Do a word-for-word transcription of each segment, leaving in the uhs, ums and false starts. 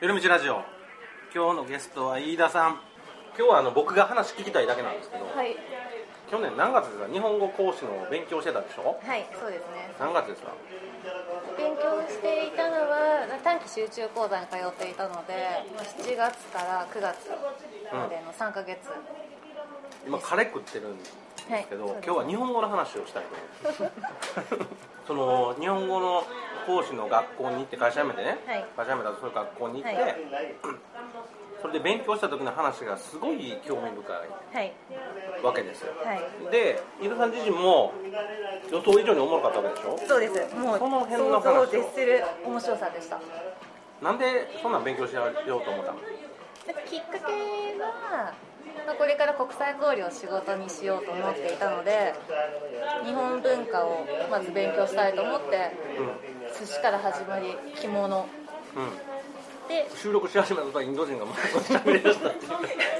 夜道ラジオ、今日のゲストは飯田さん。今日はあの僕が話聞きたいだけなんですけど、 はい、 去年何月ですか？日本語講師の勉強してたでしょ？ はい、そうですね。 何月ですか？ 勉強していたのは短期集中講座に通っていたので、しちがつからくがつまでのさんかげつ、 うん、今カレー食ってるんですけど、はい、今日は日本語の話をしたいと思いますその日本語の講師の学校に行って、会社辞めてね、はい、会社辞めたらそういう学校に行って、はい、それで勉強した時の話がすごい興味深いわけですよ、はい、で、飯田さん自身も予想以上におもろかったわけでしょ？そうです。もうその辺の話を想像を絶する面白さでした。 なんでそんな勉強しようと思ったの？ きっかけはこれから国際交流を仕事にしようと思っていたので、日本文化をまず勉強したいと思って、うん、寿司から始まり着物、うん、 で収録し始めたとインド人がもうしゃべりだしたっていう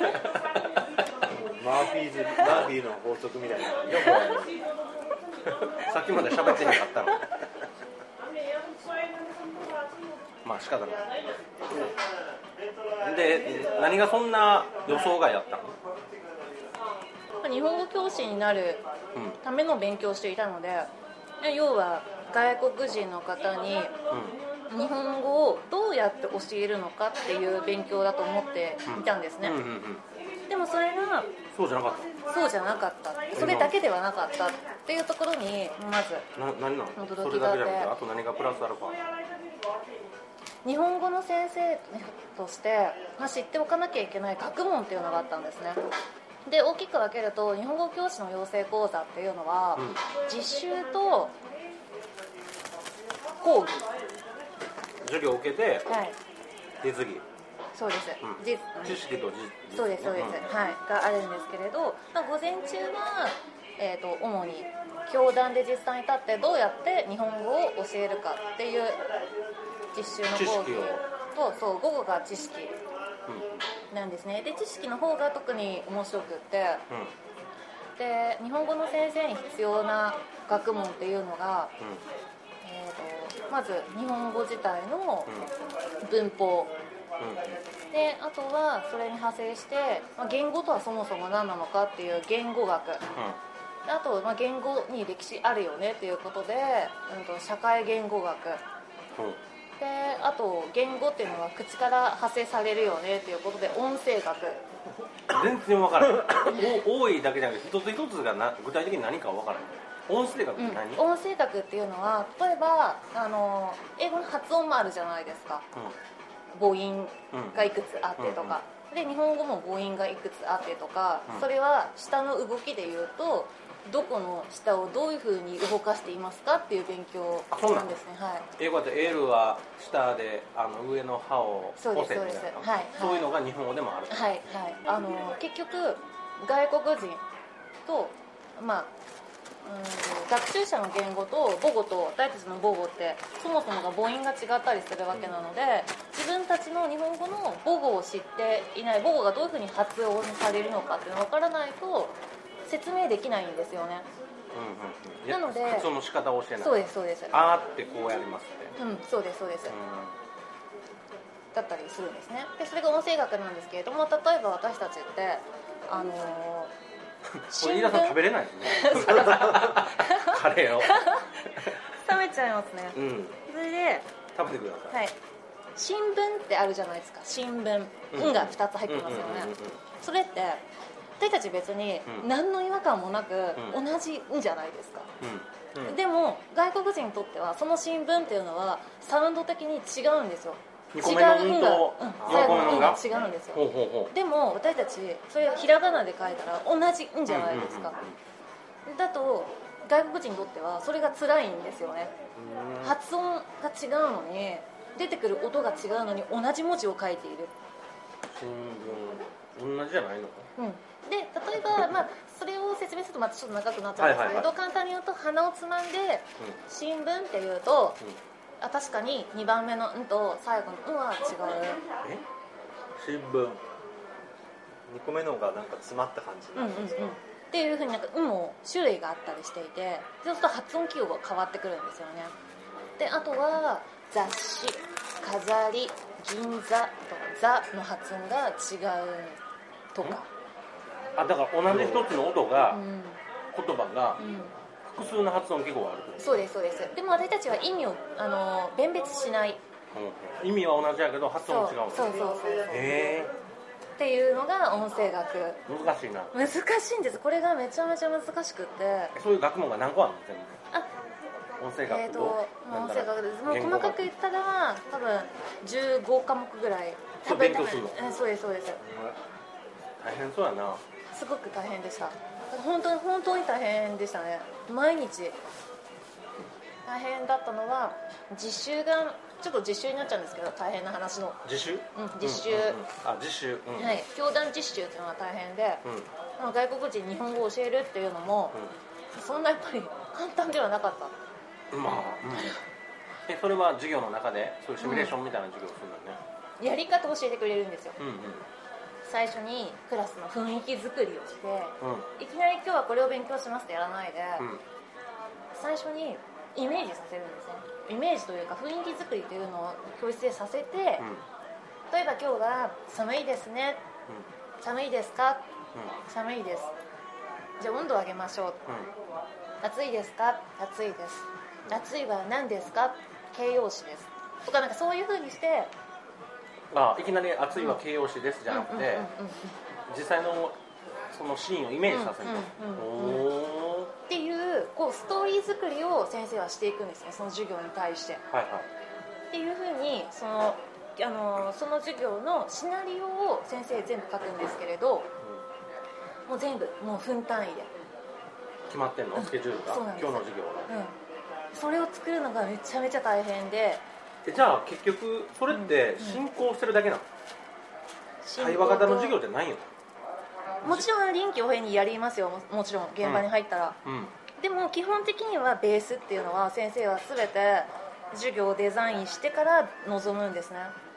マーフィーズ、マーフィーの法則みたいなさっきまで喋ってなかったのまあ仕方ないで、何がそんな予想外だったの？ 日本語教師になるための勉強をしていたので、うん、要は外国人の方に日本語をどうやって教えるのかっていう勉強だと思っていたんですね、うんうんうんうん、でもそれがそうじゃなかったそうじゃなかったそれだけではなかったっていうところにまずな何なの？それだけじゃなくて、あと何がプラスアルファ？ 日本語の先生として、まあ、知っておかなきゃいけない学問っていうのがあったんですね。で、大きく分けると日本語教師の養成講座っていうのは、うん、実習と講義授業を受けて、はい、手継ぎそうです、うん、 知識と実そうですそうです、うん、はい、があるんですけれど、まあ、午前中は、えーと、主に教壇で実際に立ってどうやって日本語を教えるかっていう実習の講義と、そう、午後が知識なんですね。で、知識の方が特に面白くって、うん、で、日本語の先生に必要な学問っていうのが、うん、えーと、まず日本語自体の文法、うん、で、あとはそれに派生して、まあ、言語とはそもそも何なのかっていう言語学、うん、あと、まあ、言語に歴史あるよねっていうことで、うん、と社会言語学、うんで、あと言語っていうのは口から派生されるよねっていうことで音声学。 全然分からない多いだけじゃなくて一つ一つがな具体的に何か分からない。音声学って何、 うん、音声学っていうのは例えばあの英語の発音もあるじゃないですか、うん、母音がいくつあってとか、うんうんうん、で日本語も母音がいくつあってとか、うん、それは下の動きで言うとどこの下をどういう風に動かしていますかっていう勉強なんですね。はい、 英語だと L は下であの上の歯を押せみたいな、そう、はい、そういうのが日本語でもある。 はいはい、あの結局外国人と、まあ、うん学習者の言語と母語と私たちの母語ってそもそもが母音が違ったりするわけなので、自分たちの日本語の母語を知っていない、母語がどういう風に発音されるのかっていうのが分からないと説明できないんですよね、うんうん、なので発音の仕方を教えない。 そうですそうです。 あーってこうやりますって、 うん、そうですそうです、うん、だったりするんですね。でそれが音声学なんですけれども、例えば私たちってあのー、 これ飯田さん食べれないですねカレーを冷めちゃいますね、うん、それで食べてください、はい、 新聞ってあるじゃないですか。新聞、うん、がふたつ入ってますよね。それって私たち別に何の違和感もなく同じんじゃないですか、うんうん、でも外国人にとってはその新聞っていうのはサウンド的に違うんですよ。違う運が、うん、最後の運が違うんですよ。ほうほうほう。でも私たちそれをひらがなで書いたら同じんじゃないですか、うんうんうんうん、だと外国人にとってはそれが辛いんですよね。発音が違うのに出てくる音が違うのに同じ文字を書いている。 新聞同じじゃないの？ うん。で例えば、まあ、それを説明するとまたちょっと長くなっちゃうんですけれど、はいはいはい、簡単に言うと鼻をつまんで、うん、新聞っていうと、うん、あ確かににばんめの「ん」と最後の「ん」は違う。 え新聞にこめのがなんか詰まった感じなんですか、うんうんうん、 っていうふうになんか「ん」も種類があったりしていて、そうすると発音記号が変わってくるんですよね。であとは雑誌、飾り、 銀座とザの発音が違うとか、 あ、だから同じ一つの音が、うん、言葉が、うん、複数の発音結構あると。 そうですそうです。でも私たちは意味をあの弁別しない、 うん、意味は同じやけど発音違う。 そうそうそうそう。 へーっていうのが音声学。 難しいな。 難しいんです。これがめちゃめちゃ難しくて。 そういう学問が何個あるの全部。 あ、 音声学と、 えーと、音声学です。もう細かく言ったら多分じゅうごかもくぐらい。 多分勉強するの。 え、そうですそうです。 大変そうやな。 すごく大変でした。本当に本当に大変でしたね。毎日大変だったのは実習がちょっと実習になっちゃうんですけど、大変な話の実習、 うん、実習、うんうんうん、 あ、実習、うん、 はい、教団実習っていうのが大変で、うん、外国人に日本語を教えるっていうのも、うん、そんなやっぱり簡単ではなかった。 まあ、うん、え、それは授業の中でそういうシミュレーションみたいな授業をするんだよね、 うん、やり方を教えてくれるんですよ、うんうん、最初にクラスの雰囲気作りをして、うん、いきなり今日はこれを勉強しますってやらないで、うん、最初にイメージさせるんですね。イメージというか雰囲気作りというのを教室でさせて、うん、例えば今日は寒いですね、うん、寒いですか、うん、寒いです、じゃあ温度を上げましょう、うん、暑いですか、暑いです、暑いは何ですか、形容詞ですとか、なんかそういう風にして、 あ、いきなり暑いは形容詞ですじゃなくて、実際のそのシーンをイメージさせると、 っていうこうストーリー作りを先生はしていくんですね、その授業に対して、はいはい、っていうふうにそのあのその授業のシナリオを先生全部書くんですけれど、うん、もう全部もう分単位で決まってんの、うん、スケジュールが今日の授業の、うん、 それを作るのがめちゃめちゃ大変で、 じゃあ結局それって進行してるだけなの、うん、対話型の授業じゃないよ。 もちろん臨機応変にやりますよ、 も, もちろん現場に入ったら、うんうん、でも基本的にはベースっていうのは先生は全て授業をデザインしてから臨むんですね、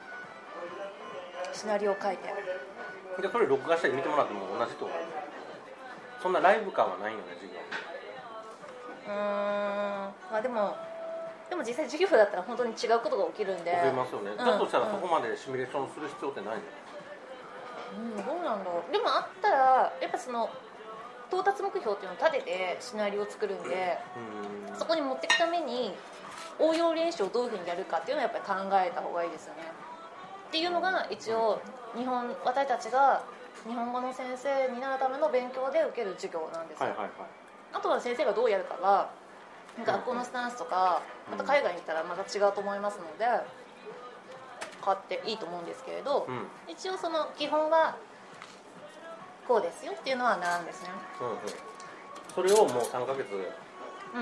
シナリオを書いて。 でそれ録画して見てもらっても同じと思う。そんなライブ感はないよね、授業。 うーん、まあでもでも実際授業だったら本当に違うことが起きるんで。 起きますよね、うん、だとしたらそこまでシミュレーションする必要ってないの。 うん、どうなんだろう。でもあったらやっぱその到達目標っていうのを立ててシナリオを作るんで、うん、そこに持っていくために応用練習をどういうふうにやるかっていうのはやっぱり考えた方がいいですよね。っていうのが一応日本私たちが日本語の先生になるための勉強で受ける授業なんですよ、はいはいはい、あとは先生がどうやるかは学校のスタンスとか、また海外に行ったらまた違うと思いますので変わっていいと思うんですけれど、うん、一応その基本はこうですよっていうのはなんですね、うんうん、 それをもうさんかげつ、うん、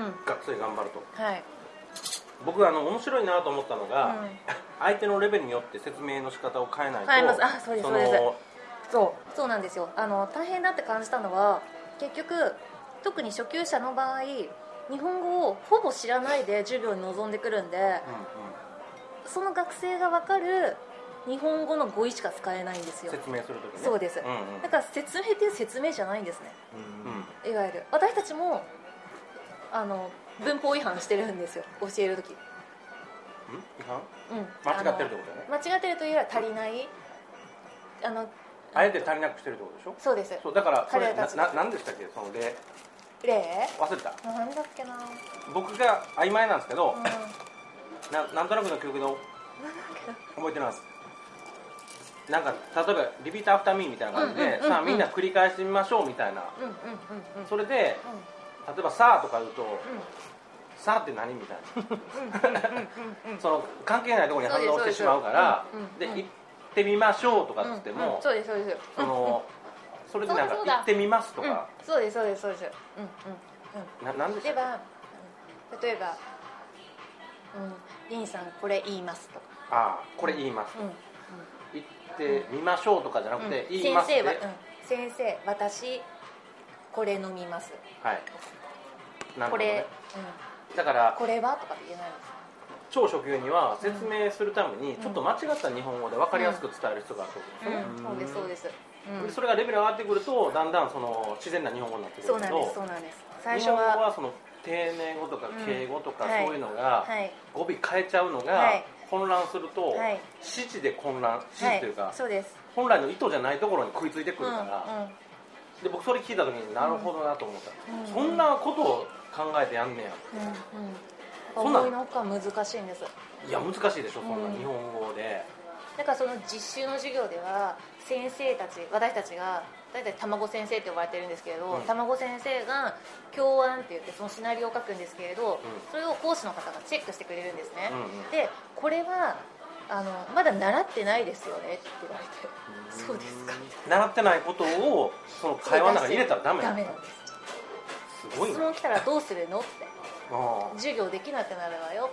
学生頑張ると、はい、僕はあの面白いなと思ったのが、うん、相手のレベルによって説明の仕方を変えないと。 変えます。あ、そうですそうです。そうそうなんですよ。あの大変だって感じたのは結局特に初級者の場合日本語をほぼ知らないで授業に臨んでくるんで、うんうん、その学生が分かる日本語の語彙しか使えないんですよ、 説明するときね。 そうです、うんうん、だから説明っていう説明じゃないんですね、うんうん、いわゆる私たちもあの文法違反してるんですよ、教えるとき。違反？うん、間違ってるってことね。 間違ってるというよりは足りないあのあえて足りなくしてるってことでしょ。 そうです。 そうだからそれなな何でしたっけ、その例例忘れた。 何だっけな、 僕が曖昧なんですけど、うん、な, なんとなくの記憶で覚えてないです。なんか例えばリピートアフターミーみたいな感じで、うんうんうんうん、さあみんな繰り返してみましょうみたいな、うんうんうんうん、それで、うん、例えばさあとか言うと、うん、さあって何みたいなその関係ないところに反応してしまうから、で行ってみましょうとかっつっても、 そうですそうです、 そのそれでなんか行ってみますとか、 うん、そうですそうですそうです、うんうんうん、ななんでしょう。例えば例えば、うん、リンさんこれ言いますとか、 ああこれ言います、うんうん、言ってみましょうとかじゃなくて、うん、言いますって、先生は、うん、 先生私これ飲みます、 はい、なるほどね。これ、 うん、だからこれはとかって言えないんです。 超初級には説明するためにちょっと間違った日本語で分かりやすく伝える必要があると思うんですよね、 そうですそうです、 うん、それがレベル上がってくるとだんだんその自然な日本語になってくるけど、 そうなんです、最初は日本語はその丁寧語とか敬語とかそういうのが語尾変えちゃうのが混乱すると、はい、指示で混乱指示というか、はい、そうです、本来の意図じゃないところに食いついてくるから、うんうん、で僕それ聞いた時になるほどなと思った、うん、そんなことを考えてやんねや、 うんうん、思いのほか難しいんです。 いや難しいでしょそんな日本語で、 だからその実習の授業では先生たち私たちが大体卵先生って呼ばれてるんですけれど、うん、卵先生が教案って言ってそのシナリオを書くんですけれど、うん、それを講師の方がチェックしてくれるんですね、うんうん、でこれはあのまだ習ってないですよねって言われて、そうですか、 習ってないことをその会話の中に入れたらダメなんです。すごいな。 質問来たらどうするのって、授業できなくなるわよって。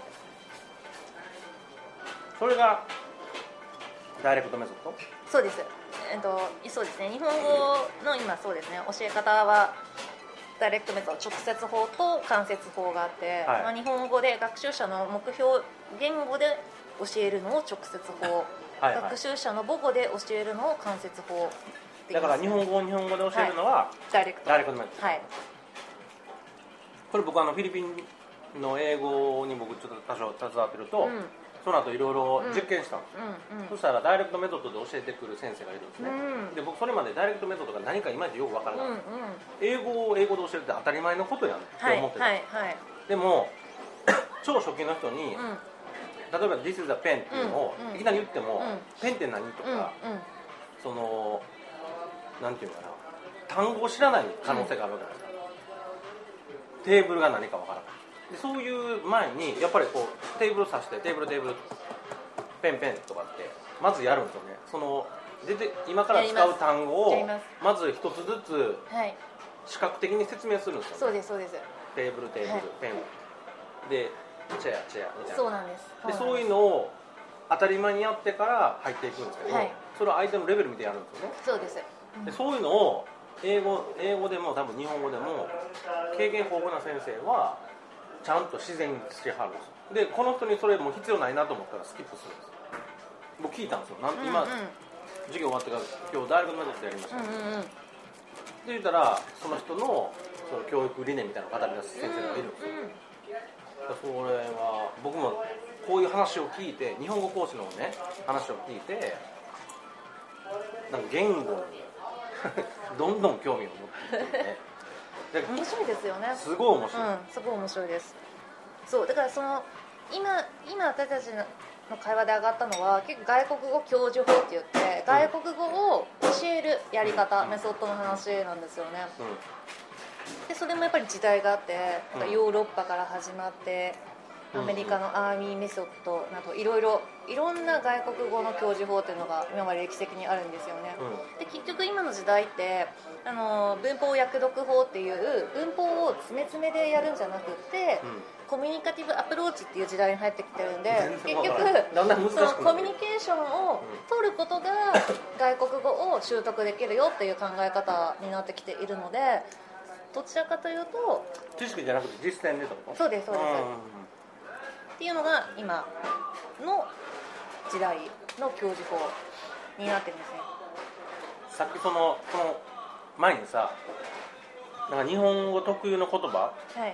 それがダイレクトメソッド？ そうです、えっと、そうですね、日本語の今そうですね、教え方はダイレクトメソッド、直接法と間接法があって、はい、まあ、日本語で学習者の目標言語で教えるのを直接法はい、はい、学習者の母語で教えるのを間接法、 だから日本語を日本語で教えるのは、はい、 ダイレクトメソッド、はい、これ僕あのフィリピンの英語に僕ちょっと多少携わってると、うん、その後いろいろ実験したんです、うんうんうん、そしたらダイレクトメソッドで教えてくる先生がいるんですね、うん、で僕それまでダイレクトメソッドが何かいまいちよく分からなかった、うんうん、英語を英語で教えるって当たり前のことやんって思ってた、はいはいはい、でも超初期の人に、うん、例えば This is a pen っていうのをいきなり言っても、うん、ペンって何とか、うんうん、そのなんていうのかな、単語を知らない可能性があるわけです、うん、テーブルが何か分からないで、そういう前にやっぱりこうテーブル指してテーブルテーブルペンペンとかってまずやるんですよね。そのでで今から使う単語をまず一つずつ視覚的に説明するんですよね。 そうですそうです。 テーブルテーブル、はい、ペンでチェアチェアみたいな。 そうなんです。 でそういうのを当たり前にやってから入っていくんですけど、はい、それを相手のレベル見てやるんですよね。 そうです、 うん、でそういうのを英語英語でも多分日本語でも経験豊富な先生はちゃんと自然にしはるんですよ。でこの人にそれもう必要ないなと思ったらスキップするんですよ。僕聞いたんですよ。なん今、うんうん、授業終わってから今日大学のメソッドやりました、ね、うんうん、って言ったらその人のその教育理念みたいなのを語り出す先生がいるんですよ、うんうん、それは僕もこういう話を聞いて日本語講師のね話を聞いてなんか言語にどんどん興味を持っていって、ね、 面白いですよね。 すごい面白い、 うん、すごい面白いです。そうだからその今今私たちの会話で上がったのは結構外国語教授法って言って外国語を教えるやり方、うん、メソッドの話なんですよね、うん、でそれもやっぱり時代があってなんかヨーロッパから始まってアメリカのアーミーメソッドなどいろいろいろんな外国語の教授法っていうのが今まで歴史的にあるんですよね、うん、で結局今の時代ってあの文法訳読法っていう文法を詰め詰めでやるんじゃなくて、うん、コミュニカティブアプローチっていう時代に入ってきてるんで結局そのコミュニケーションを取ることが外国語を習得できるよっていう考え方になってきているのでどちらかというと知識じゃなくて実践でとかそうですそうです、っていうのが今の時代の教授法になってるんですね。 さっきそのこの前にさなんか日本語特有の言葉、はい、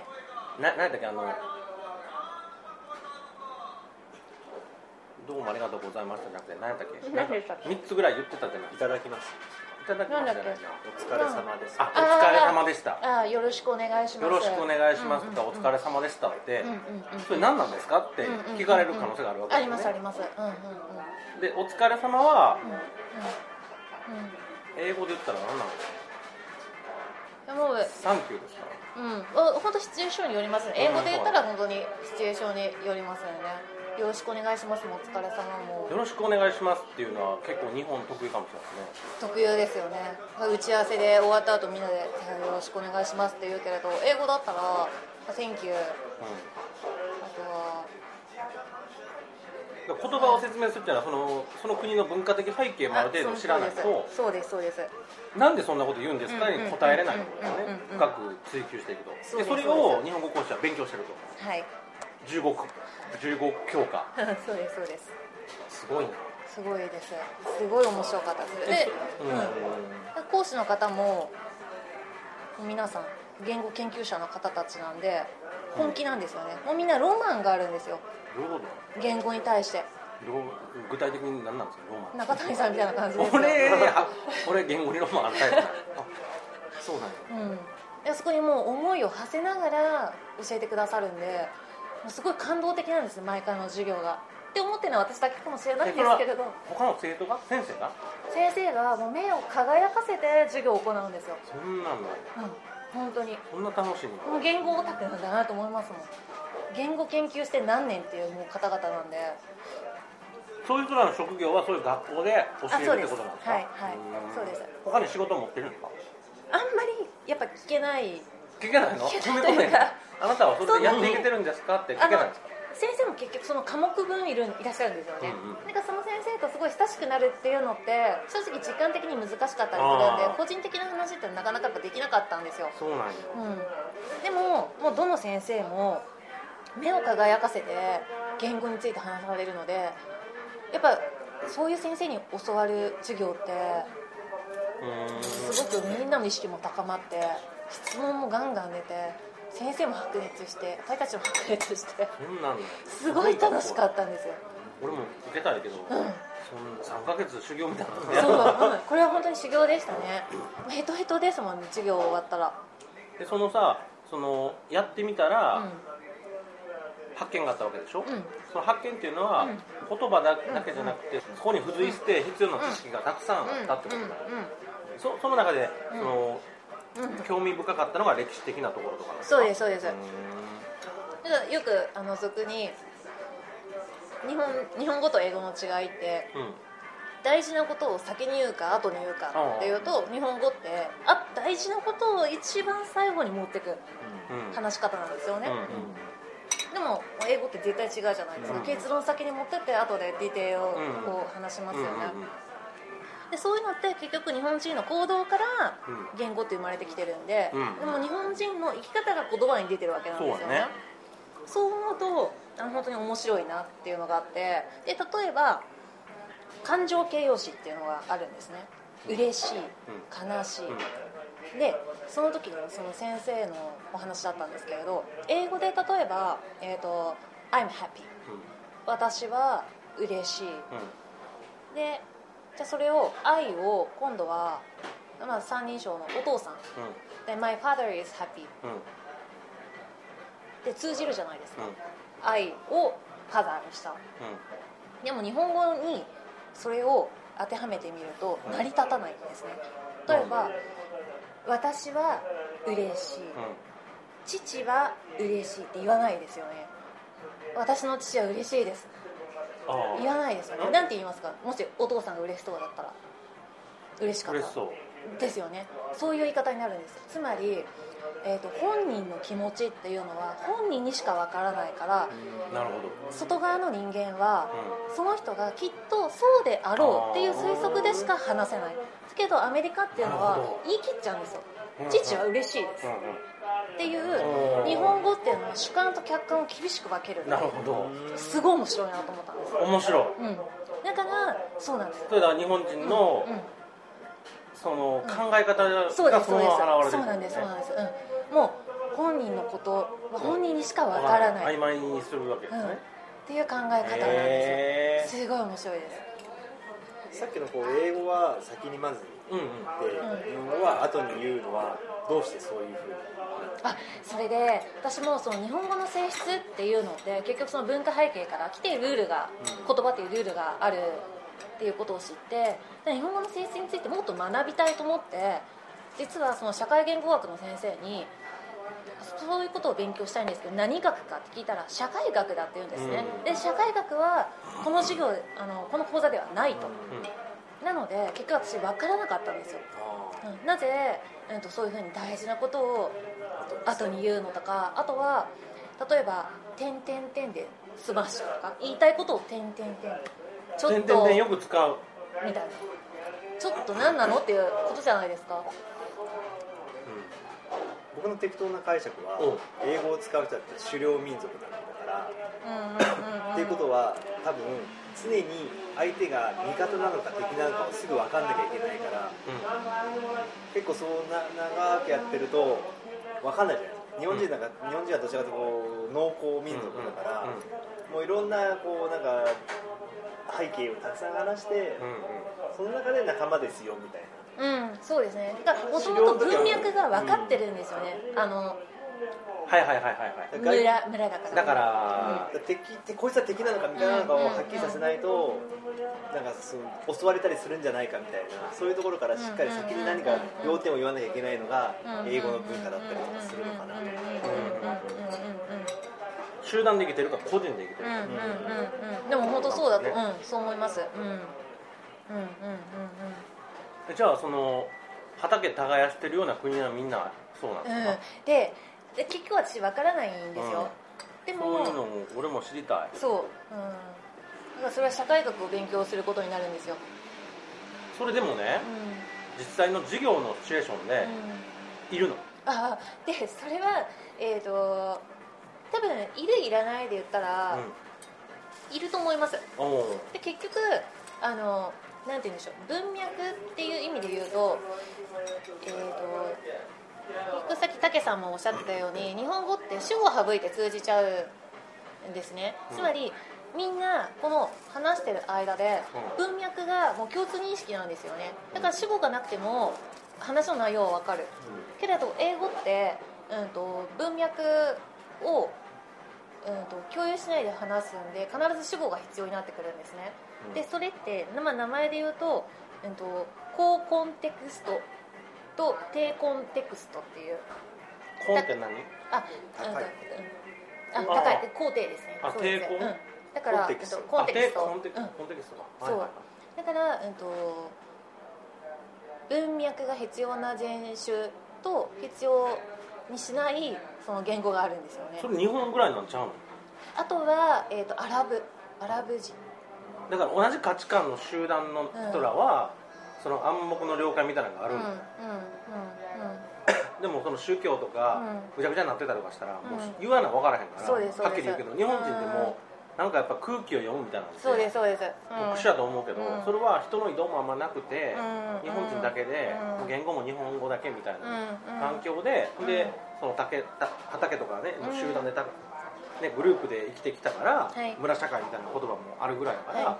な何だっけあのどうもありがとうございましたじゃなくて何だっけ何でしたっけみっつぐらい言ってたじゃない。 いただきますいただきますじゃないな。 お疲れ様です。 あ、お疲れ様でした。 ああ、よろしくお願いします。 よろしくお願いしますとか、お疲れ様でしたって、それ何なんですかって聞かれる可能性があるわけですね。 ありますあります。うんうんうん。 で、お疲れ様は英語で言ったら何なんですか。もうサンキューですか。 うん、本当シチュエーションによりますね。英語で言ったら本当にシチュエーションによりますよね。よろしくお願いしますもお疲れ様もよろしくお願いしますっていうのは結構日本得意かもしれないですね。 特有ですよね。打ち合わせで終わった後みんなでよろしくお願いしますって言うけれど英語だったら Thank you、うん、あとは言葉を説明するっていうのはその、その国の文化的背景もある程度知らないとそうですそうですなんでそんなこと言うんですかに答えれないところですね。深く追求していくとでそれを日本語講師は勉強してると。はいじゅうご教科そうですそうですすごいなすごいですすごい面白かったですで、うん、講師の方も皆さん言語研究者の方たちなんで、 本気なんですよね。もうみんなロマンがあるんですよ。 どういうこと？ 言語に対して。 どう具体的に何なんですかロマン？ 中谷さんみたいな感じですよ。 俺俺言語にロマンあるタイプなんだ。あ、そうなんや。うん。 でそこにもう思いを馳せながら教えてくださるんで、もうすごい感動的なんです毎回の授業が。って思ってるのは私だけかもしれないんですけれど、 他の生徒が先生が先生がもう目を輝かせて授業を行うんですよ。 そんなんだ。 うん、本当に。 そんな楽しいの？ もう言語オタクなんだなと思いますもん。言語研究して何年っていうもう方々なんで。 そういう人らの職業はそういう学校で教えるってことなんですか？ はいはい、そうです。 他に仕事を持ってるんですか？ あんまりやっぱ聞けない。 聞けないの？聞けないというか、あなたはそれでやっていけてるんですかって聞けないんですか？ 先生も結局その科目分いるいらっしゃるんですよね、うんうん、なんかその先生とすごい親しくなるっていうのって正直時間的に難しかったりするんで個人的な話ってなかなかできなかったんですよ。 そうなんや、 うん、でももうどの先生も目を輝かせて言語について話されるので、やっぱそういう先生に教わる授業ってすごくみんなの意識も高まって質問もガンガン出て先生も白熱して私たちも白熱してすごい楽しかったんですよ。 俺も受けたいけど、うん、そのさんかげつ修行みたいなそう、うん、これは本当に修行でしたね。ヘトヘトですもんね授業終わったら。 でそのさそのやってみたら、うん、発見があったわけでしょ、うん、その発見っていうのは、うん、言葉だけじゃなくて、うん、そこに付随して必要な知識がたくさんあったってことだよ、うんうんうん、そ, その中で、うん、そのうん、興味深かったのが歴史的なところとかですか？ そうですそうです。よくあの俗に日本、日本語と英語の違いって、うん、大事なことを先に言うか後に言うかっていうと日本語ってあ大事なことを一番最後に持ってく話し方なんですよね、うんうんうん、でも英語って絶対違うじゃないですか、うん、結論先に持ってって後でディテールをこう話しますよね、うんうんうんうん。でそういうのって結局日本人の行動から言語って生まれてきてるんで、うん、でも日本人の生き方が言葉に出てるわけなんですよね。そう、ね、そう思うとあの本当に面白いなっていうのがあって、で例えば感情形容詞っていうのがあるんですね。嬉しい、悲しい、うん、でその時にその先生のお話だったんですけれど、英語で例えば、えーと、I'm happy、うん、私は嬉しい、うん、でじゃあそれを愛を今度は、まあ、三人称のお父さん、うん、で My father is happy、うん、で通じるじゃないですか、うん、愛をファザーにした、うん、でも日本語にそれを当てはめてみると成り立たないんですね。例えば、うん、私は嬉しい、うん、父は嬉しいって言わないですよね。私の父は嬉しいです言わないですよね。なんて言いますか？もしお父さんが嬉しそうだったら嬉しかった嬉しそうですよね。そういう言い方になるんです。つまり、えーと、本人の気持ちっていうのは本人にしかわからないから、 なるほど外側の人間は、うん、その人がきっとそうであろうっていう推測でしか話せない。だけどアメリカっていうのは言い切っちゃうんですよ。父は嬉しいです、うんうん、っていう日本語っていうのは主観と客観を厳しく分ける。 なるほど。 すごい面白いなと思ったんですよ。 面白い、 うん、だからそうなんですよ。 それでは日本人の、うんうん、その考え方がそのまま現れてる、ね、 そうなんですそうなんです、うん、もう本人のことは本人にしか分からない、 曖昧にするわけですね、うん、 っていう考え方なんですよ。すごい面白いです。 さっきのこう英語は先にまず言って、うんうん、日本語は後に言うのはどうしてそういうふうに。 あ、それで私もその日本語の性質っていうのって結局その文化背景から来てルールが、うん、言葉っていうルールがあるっていうことを知って、日本語の性質についてもっと学びたいと思って、実はその社会言語学の先生にそういうことを勉強したいんですけど何学かって聞いたら社会学だって言うんですね、うん、で社会学はこの授業あのこの講座ではないと、うん、なので結局私分からなかったんですよ、うん、なぜ、うん、とそういうふうに大事なことを後に言うのとか、あとは例えば点点点で済ましとか言いたいことを点点点ちょっと点点点よく使うみたいな、ちょっと何なのっていうことじゃないですか。 僕の適当な解釈は英語を使う人だって狩猟民族なんだから、っていうことは多分常に相手が味方なのか敵なのかをすぐ分かんなきゃいけないから、うん、結構そうな長くやってると分かんないじゃないですか。 日本人なんか、うん、日本人はどちらかというとこう農耕民族だから、うんうん、もういろんなこうなんか背景をたくさん話して、うんうん、その中で仲間ですよみたいな、うん、そうですね。だからもともと文脈が分かってるんですよね、うん、あのはいはいはいはいはい村村だからだから、 うん、敵ってこいつは敵なのかみたいなのかをはっきりさせないと、なんかその襲われたりするんじゃないかみたいな、そういうところからしっかり先に何か要点を言わなきゃいけないのが英語の文化だったりとかするのかな。 集団で生きてるか個人で生きてるか、うんうんうんうん、でも本当そうだと、ね、うん、そう思います、うん、うんうんうんうん。じゃあその畑耕してるような国はみんなそうなんですか、うん、 で結局私分からないんですよ、 うん、でもそういうのも俺も知りたい。 そう、うん、だからそれは社会学を勉強することになるんですよ。 それでもね、うん、実際の授業のシチュエーションでいるの、うん、 あでそれはえっ、ー、と多分いるいらないで言ったら、うん、いると思います。で結局あのなんて言うんでしょう、文脈っていう意味で言うとえっ、ー、とさっき武さんもおっしゃってたように日本語って主語を省いて通じちゃうんですね。つまりみんなこの話してる間で文脈がもう共通認識なんですよね。だから主語がなくても話の内容は分かるけれど英語って、うん、と文脈を、うん、と共有しないで話すんで必ず主語が必要になってくるんですね。でそれって、まあ、名前で言うと、うん、と高コンテクストと低コンテクストっていう。 コンって何？ あ、高い、うん、あ高い高低ですね。 あ、低コン、うん、 だからコンテクスト、 コンテクスト、 コンテクストか、 そう、だから、うん、と文脈が必要な人種と必要にしないその言語があるんですよね。 それ日本ぐらいなんちゃうの？ あとは、えー、とアラブアラブ人だから同じ価値観の集団の人らは、うん、その暗黙の了解みたいなのがあるんだよ、うんうんうんうん、でもその宗教とかぐちゃぐちゃになってたりとかしたら、うん、もう言わな分からへんから、うん、はっきり言うけど日本人でもなんかやっぱ空気を読むみたいなのってそうですそうです、 特殊だと思うけど、うん、それは人の移動もあんまなくて、うん、日本人だけで、うん、言語も日本語だけみたいな環境で、うん、でその畑畑とかね、うん、集団でたね、グループで生きてきたから、はい、村社会みたいな言葉もあるぐらいだから、はい、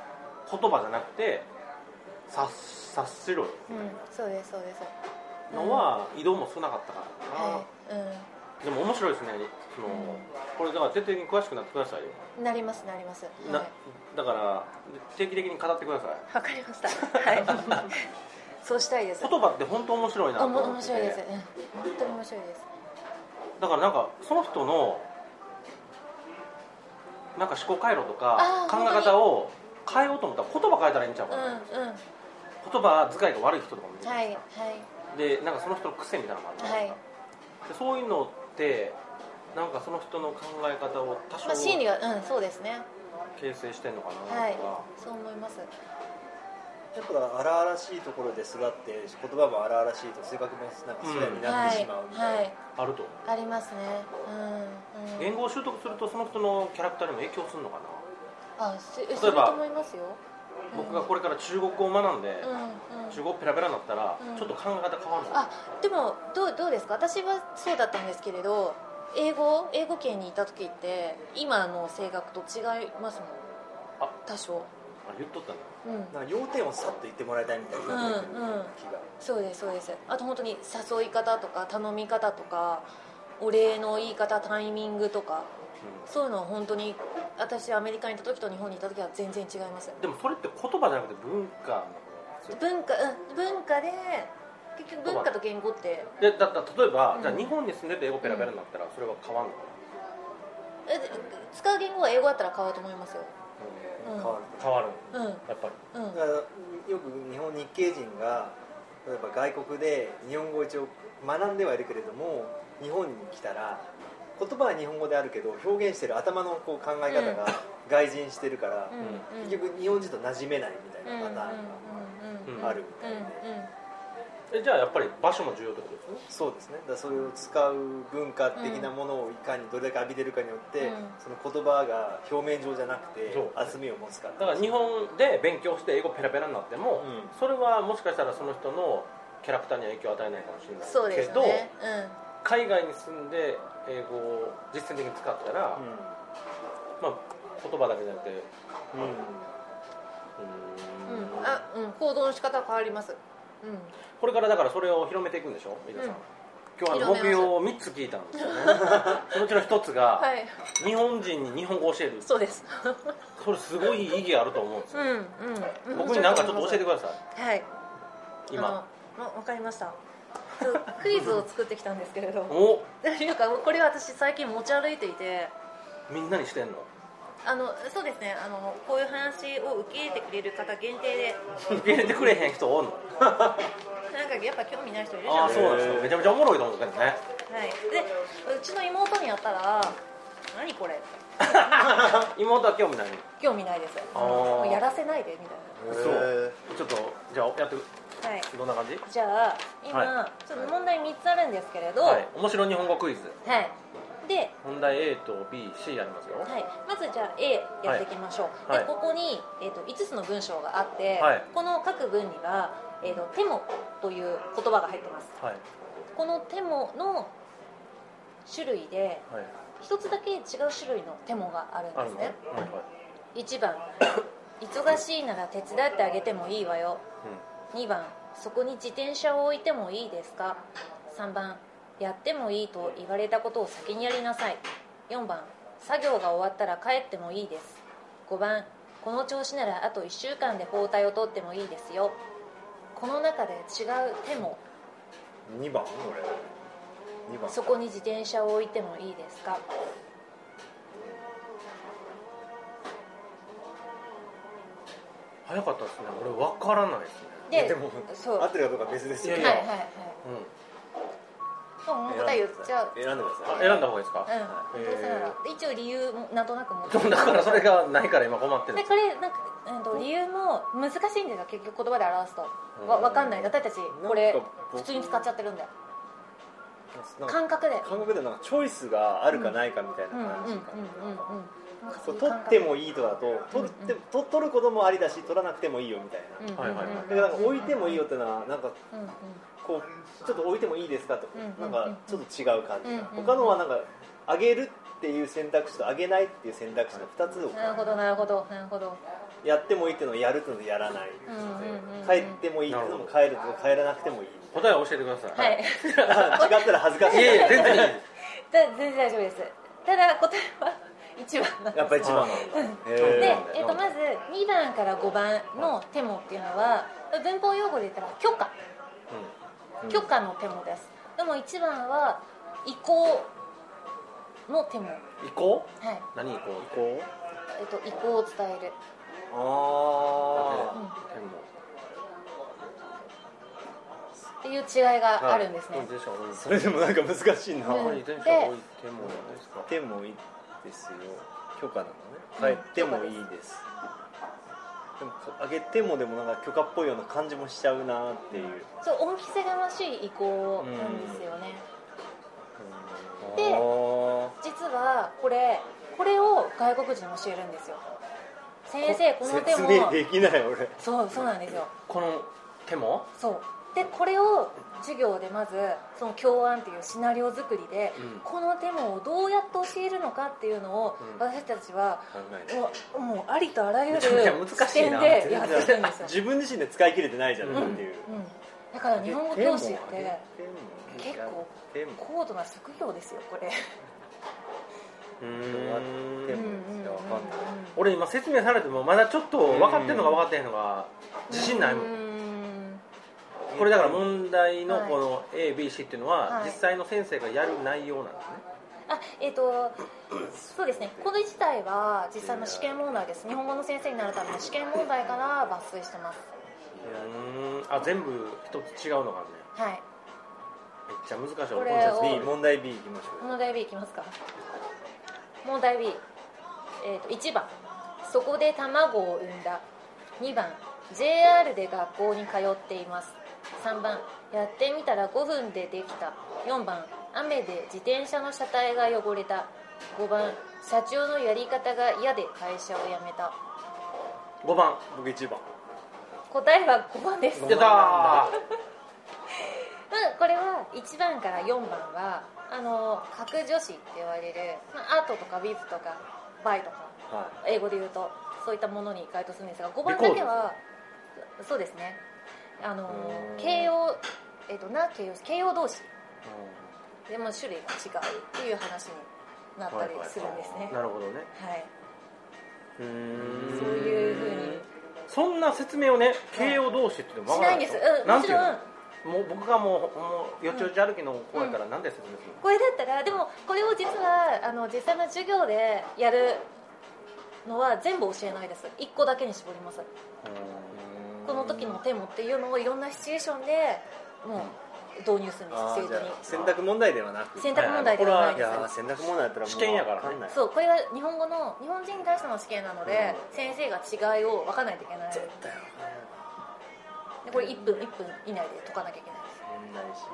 言葉じゃなくて察しろよみたいな、うん、そうですそうですのは、うん、移動も少なかったからな、はいうん、でも面白いですねその、うん、これだから徹底的に詳しくなってくださいよ。 なりますなります、 な、はい、だから定期的に語ってください。 わかりましたはいそうしたいです。 言葉って本当面白いなと思ってて。面白いです、うん、本当に面白いです。 だからなんかその人のなんか思考回路とか考え方を変えようと思ったら言葉変えたらいいんちゃうかな、うんうん、言葉遣いが悪い人とかもいる、はいはい、でなんかその人の癖みたいなのもあるじゃないですか、はい、でそういうのってなんかその人の考え方を多少、まあ、 心理が、うん、そうですね形成してんのかなとか、 はい、そう思います。 やっぱ荒々しいところで育って言葉も荒々しいと性格もなんかそれになってしまうみたいな、うんはいはい、 あるとありますね、うんうん、 言語を習得するとその人のキャラクターにも影響するのかな。 あ、す例えばと思いますよ、 うん、僕がこれから中国語を学んで、うんうん、中国語ペラペラになったら、うん、ちょっと考え方変わるの。 あ、でもどう、どうですか。私はそうだったんですけれど英語、英語圏にいた時って今の性格と違いますもん。あ、多少あ、言っとったんだ、 うん、なんか要点をさっと言ってもらいたいみたいな、うんうん、 気が。そうですそうです。あと本当に誘い方とか頼み方とかお礼の言い方、タイミングとか、うん、そういうのは本当に私アメリカにいた時と日本にいた時は全然違います。 でもそれって言葉じゃなくて文化文化、うん、文化で結局文化と言語ってでだった例えば、うん、じゃあ日本に住んでて英語ペラペラになったらそれは変わるのかな、うん、 使う言語は英語だったら変わると思いますよ、 うん、変わる変わる、うん、やっぱり、 うん、だからよく日本日系人が例えば外国で日本語を一応学んではいるけれども日本に来たら言葉は日本語であるけど表現してる頭のこう考え方が外人してるから、うん、結局日本人と馴染めないみたいなパターンがあるみたいで。 え、じゃあやっぱり場所も重要ってことですね。 そうですね。だからそれを使う文化的なものをいかにどれだけ浴びてるかによって、うん、その言葉が表面上じゃなくて厚みを持つか。 だから日本で勉強して英語ペラペラになっても、うん、それはもしかしたらその人のキャラクターには影響を与えないかもしれないけど、そうですね、うん、 海外に住んで英語を実践的に使ったら、うん、まあ言葉だけじゃなくて、うんうんうん、あ、うん、行動の仕方変わります、うん、 これからだからそれを広めていくんでしょ、飯田さん、うん、今日は目標をみっつ聞いたんですよねそのうちのひとつが、はい、日本人に日本語を教える。 そうです。 それすごい意義あると思うんですよ、うんうん、僕に何かちょっと教えてください。 はい、今分かりました。クイズを作ってきたんですけれどおというかこれは私最近持ち歩いていて。 みんなにしてんの？ あのそうですね、あのこういう話を受け入れてくれる方限定で。 受け入れてくれへん人おんの？ なんかやっぱ興味ない人いるじゃん。 あ、そうなんですよ。めちゃめちゃおもろいと思うんですけどね。 はい。で、うちの妹にやったら何これ妹は興味ない？ 興味ないです。もうやらせないでみたいな。 そう。ちょっとじゃあやって。はい、どんな感じ？ じゃあ今、はい、ちょっと問題みっつあるんですけれど、 はい、面白い日本語クイズ。 はい。で問題 A と B、C ありますよ。 はい。まずじゃあ A やっていきましょう。はい、でここに、えー、といつつの文章があって、はい、この各文には、えー、とテモという言葉が入ってます。はい、このテモの種類で一、はい、つだけ違う種類のテモがあるんですね。はいはい、いちばん忙しいなら手伝ってあげてもいいわよ。うん、にばんそこに自転車を置いてもいいですか。さんばんやってもいいと言われたことを先にやりなさい。よんばん作業が終わったら帰ってもいいです。ごばんこの調子ならあといっしゅうかんで包帯を取ってもいいですよ。この中で違う手もにばん俺にばんそこに自転車を置いてもいいですか。 早かったですね。俺分からないですね。 で, でもそう合ってるかどうか別ですよね。 はいはいはい、うん、もう答え言っちゃう。 選んでください。 選んだ方がいいですか。 うん、どうせなら一応理由もなんとなく持ってだからそれがないから今困ってる。 でこれなんか、うん、と理由も難しいんですよ。結局言葉で表すとわ分かんない。私たちこれ普通に使っちゃってるんで感覚で感覚でなんかチョイスがあるかないかみたいな感じかな。取ってもいいとかだと取って、うんうん、取ることもありだし取らなくてもいいよみたいな、うんうん、だからなんか置いてもいいよっていうのはなんかこうちょっと置いてもいいですかとか、うんうん、なんかちょっと違う感じ、うんうん、他のはなんかあげるっていう選択肢とあげないっていう選択肢のふたつをなるほどなるほどなるほどやってもいいっていうのをやるっていうのをやらない、うんうんうん、帰ってもいいっていうのも帰るっていうのも帰らなくてもいい。 答えを教えてください。 はい、違ったら恥ずかしい。いやいや全然いい全然大丈夫です。ただ答えはいちばんなんです。 やっぱりいちばんで、えー、とまずにばんからごばんのテモっていうのは文法用語で言ったら許可、うん、許可のテモです。でもいちばんは意向のテモ。 意向？ はい。 何意向？意向？ えっ、ー、と意向を伝える。 ああ、うん、 テモっていう違いがあるんですね。はい、 それでもなんか難しいな。 うん、で、 テモいいですよ。許可なのね。帰ってもいいです。でもあげてもでもなんか許可っぽいような感じもしちゃうなっていう。 そう恩着せがましい意向なんですよね。うん、で、実はこれこれを外国人に教えるんですよ。先生この手も説明できない俺。 そうそうなんですよ。 この手も？ そう。でこれを授業でまずその教案っていうシナリオ作りで、うん、このテモをどうやって教えるのかっていうのを、うん、私たちはもう、もうありとあらゆる視点でやってるんですよ。 自分自身で使い切れてないじゃん、うん、っていう、 うん、だから日本語教師って結構高度な職業ですよこれ。 うーん俺今説明されてもまだちょっと分かってるのか分かってへんのか自信ないもん。これだから問題のこの エービーシー っていうのは実際の先生がやる内容なんですね。 あ、えーと、そうですね。これ自体は実際の試験問題です。日本語の先生になるための試験問題から抜粋してます。 うーん、あ、全部一つ違うのがあるね。はい。めっちゃ難しい。 これを B 問題 B いきましょう。 問題 B いきますか。問題 B、えーと、いちばんそこで卵を産んだ。にばん ジェイアール で学校に通っています。さんばんやってみたらごふんでできた。よんばん雨で自転車の車体が汚れた。ごばん社長のやり方が嫌で会社を辞めた。 ごばん僕いちばん。 答えはごばんです。 出たー。 なまあ、これはいちばんからよんばんはあの格助詞って言われる、まあ、アートとかビズとかバイとか、はい、英語で言うとそういったものに該当するんですが、ごばんだけはそうですね、あの形容、えーと、な形容詞形容動詞でも種類が違うっていう話になったりするんですね。 なるほどね。 はい。 うーん、 そういうふうにそんな説明をね、形容動詞って言っても分からないしないんです。うん、もちろんもう僕がもう、もうよちよち歩きの子やから何で説明するの、 うん、これだったら、でもこれを実はあの実際の授業でやるのは全部教えないです。いっこだけに絞ります。この時のテーマっていうのをいろんなシチュエーションでもう導入するんです、生徒に。 選択問題ではなく、 選択問題ではないです。 いや選択問題だったらもう試験やからね。 そう、これは日本語の日本人に対しての試験なので、うん、先生が違いを分からないといけない。 絶対分からない。 でこれいっぷんいっぷん以内で解かなきゃいけないです。 問題し、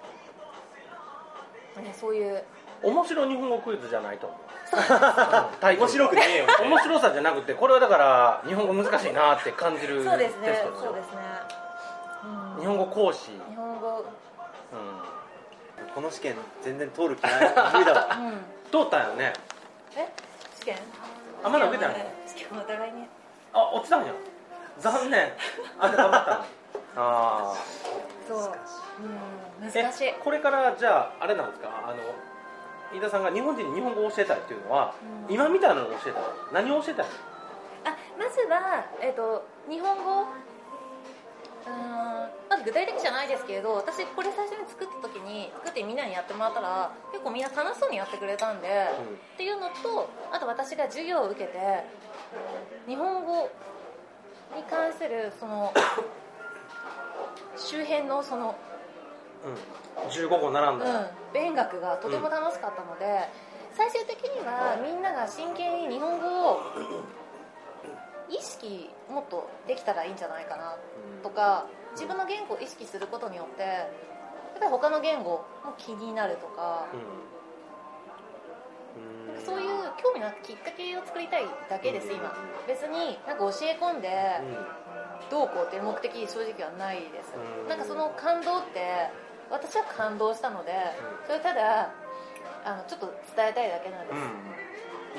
ね、そういう面白日本語クイズじゃないと思う。 面白くねえよ。 面白さじゃなくて、これはだから日本語難しいなって感じるテストですよ。 そうですね。そうですね。 うん、日本語講師。 日本語。うん。 この試験全然通る気ない。無理だわ。 うん、 通ったんよね。 え？試験？ あ、まだ受けてない。 試験お互いに。 あ、落ちたんや。残念。あ、頑張ったの。ああ。 そう。うん、難しい。 これからじゃああれなんですか、あの。飯田さんが日本人に日本語を教えたいっていうのは、うん、今みたいなのを教えたい。何を教えたいの？ あ、まずは、えーと、日本語、うーん、まず具体的じゃないですけれど、私これ最初に作った時に作ってみんなにやってもらったら結構みんな楽しそうにやってくれたんで、うん、っていうのと、あと私が授業を受けて日本語に関するその周辺のそのうん、じゅうごこ並んだ、 うん、勉学がとても楽しかったので、うん、最終的にはみんなが真剣に日本語を意識もっとできたらいいんじゃないかなとか、自分の言語を意識することによってやっぱり他の言語も気になるとか、うん、なんかそういう興味のきっかけを作りたいだけです。今別になんか教え込んでどうこうっていう目的正直はないです。なんかその感動って私は感動したので、それただあのちょっと伝えたいだけなんです、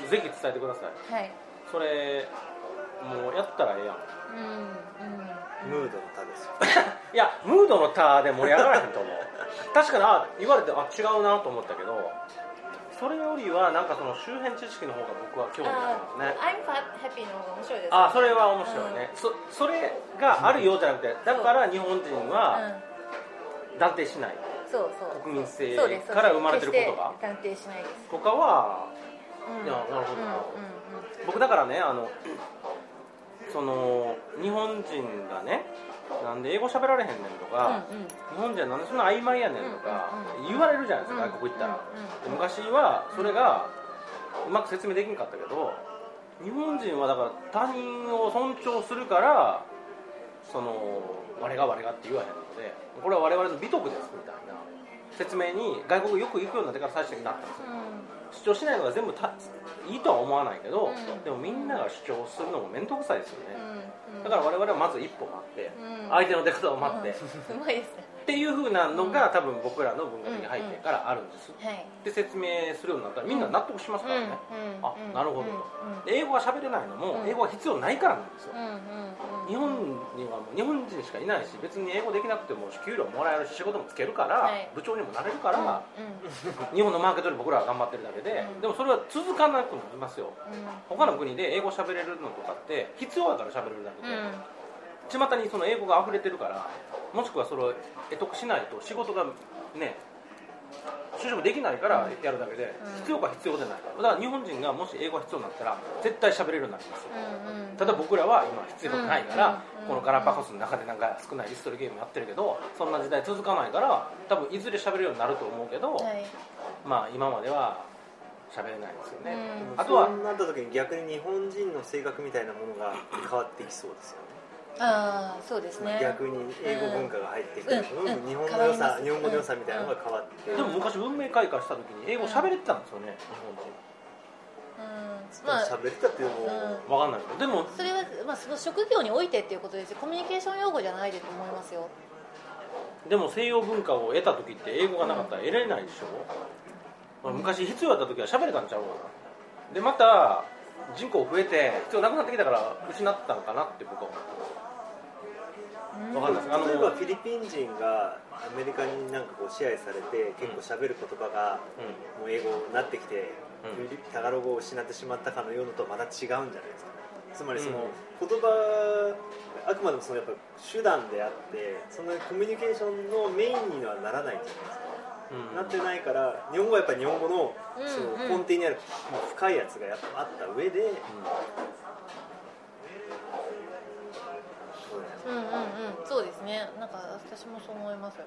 うん、ぜひ伝えてください。はい。それもうやったらええやん。 うんうん、ムードの他ですよ。 いやムードの他で盛り上がらへんと思う。確かにあ言われてあ違うなと思ったけど、それよりはなんかその周辺知識の方が僕は興味ありますね。 I'm happy の方が面白いです、ね。 あそれは面白いね、うん、そ, それがあるようじゃなくて、だから日本人は断定しない、 そうそう国民性から生まれてることが断定しないですとかは、うん、いやなるほど、うんうんうん、僕だからねあのその日本人がねなんで英語喋られへんねんとか、うんうん、日本人はなんでそんな曖昧やねんとか言われるじゃないですか、うんうん、外国行ったら、うんうん、昔はそれがうまく説明できんかったけど、日本人はだから他人を尊重するからその我が我がって言わへんので、これは我々の美徳ですみたいな説明に外国よく行くようになってから最終的になったんですよ、うん、主張しないのが全部たいいとは思わないけど、うん、でもみんなが主張するのも面倒くさいですよね、うん、だから我々はまず一歩待って、うん、相手の出方を待って、 うん、うまいですねっていう風なのが多分僕らの文化的背景からあるんです、うんうん、で説明するようになったらみんな納得しますからね、うん、あなるほどと、で英語が喋れないのも英語が必要ないからなんですよ、日本にはもう日本人しかいないし別に英語できなくても給料もらえるし仕事もつけるから、はい、部長にもなれるから、日本のマーケットで僕らは頑張ってるだけで、でもそれは続かなくなりますよ、他の国で英語喋れるのとかって必要だから喋れるだけで、巷にその英語が溢れてるから、もしくはそれを得得しないと仕事がね就職できないからやるだけで、必要か必要でないから、だから日本人がもし英語が必要になったら絶対喋れるようになります、うんうん、ただ僕らは今必要ないから、うんうん、このガラパゴスの中でなんか少ないリストルゲームやってるけどそんな時代続かないから多分いずれ喋れるようになると思うけど、はい、まあ今までは喋れないですよね、 うん、あとはそうなった時に逆に日本人の性格みたいなものが変わっていきそうですよね。 あそうですね、 逆に英語文化が入ってきて、うんうん、日本の良さ、日本語の良さみたいなのが変わって、うん、 でも昔文明開化した時に英語喋れてたんですよね、日本人。 うん、まあ喋れたっていうのも分かんないけど、でもそれは、まあ、その職業においてっていうことですよ。コミュニケーション用語じゃないでと思いますよ。 でも西洋文化を得た時って英語がなかったら得れないでしょ、うん、昔必要だった時は喋れたんちゃうかな。でまた人口増えて必要なくなってきたから失ったのかなって僕は思う。分かんないです。あの例えばフィリピン人がアメリカになんかこう支配されて結構喋る言葉がもう英語になってきて、うん、タガログを失ってしまったかのようなとはまた違うんじゃないですか。つまりその言葉、あくまでもそのやっぱ手段であってそのコミュニケーションのメインにはならないんじゃないですか。うん、なってないから日本語はやっぱり日本語のその根底にある深いやつがやっぱあった上で、うんうんうんうん、そうですね。なんか私もそう思います。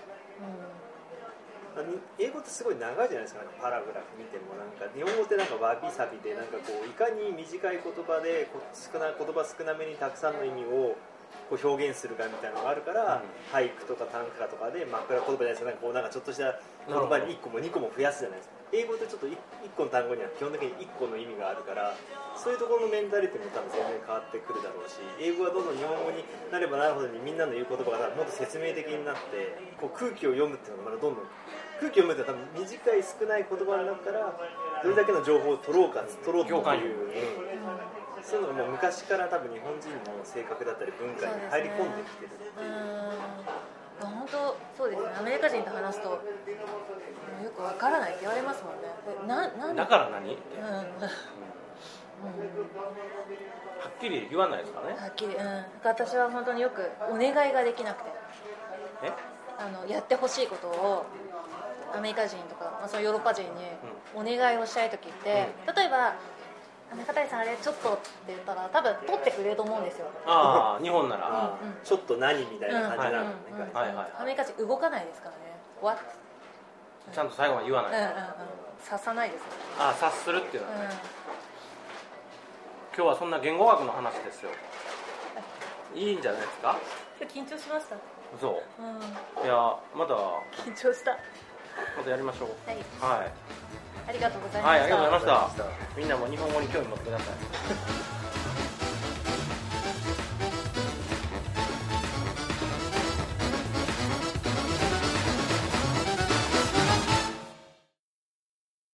うん、英語ってすごい長いじゃないですか。なんかパラグラフ見てもなんか日本語ってなんかわびさびでなんかこういかに短い言葉で少な言葉少なめにたくさんの意味をこう表現するかみたいなのがあるから、うん、俳句とか短歌とかで枕言葉じゃないですか。なんかこうなんかちょっとした言葉にいっこもにこも増やすじゃないですか。英語ってちょっといっこの単語には基本的にいっこの意味があるからそういうところのメンタリティも多分全然変わってくるだろうし英語がどんどん日本語になればなるほどにみんなの言う言葉がもっと説明的になってこう空気を読むっていうのがまだどんどん空気を読むって多分短い少ない言葉になったらどれだけの情報を取ろうか取ろうという、うん、そういうのがもう昔から多分日本人の性格だったり文化に入り込んできてるっていう。 本当そうですね。アメリカ人と話すとよくわからないって言われますもんね。ななんだから何？うんうん、はっきり言わないですかね。 はっきり、うん、私は本当によくお願いができなくてえあのやってほしいことをアメリカ人とか、まあ、そのヨーロッパ人にお願いをしたいときって、うん、例えば中谷さんあれちょっとって言ったら多分取ってくれると思うんですよ。 ああ日本なら、 うんうん、ちょっと何みたいな感じなのね。 アメリカ人動かないですからね。What？ ちゃんと最後まで言わない、うんうんうん、 察さないです。 ああ察するっていうのはね、うん、今日はそんな言語学の話ですよ。いいんじゃないですか。 緊張しました。 そう、うん、いやまだ緊張した。 またやりましょう。 はい、 はい、 ありがとうございました。 はい、ありがとうございました。みんなも日本語に興味持ってください。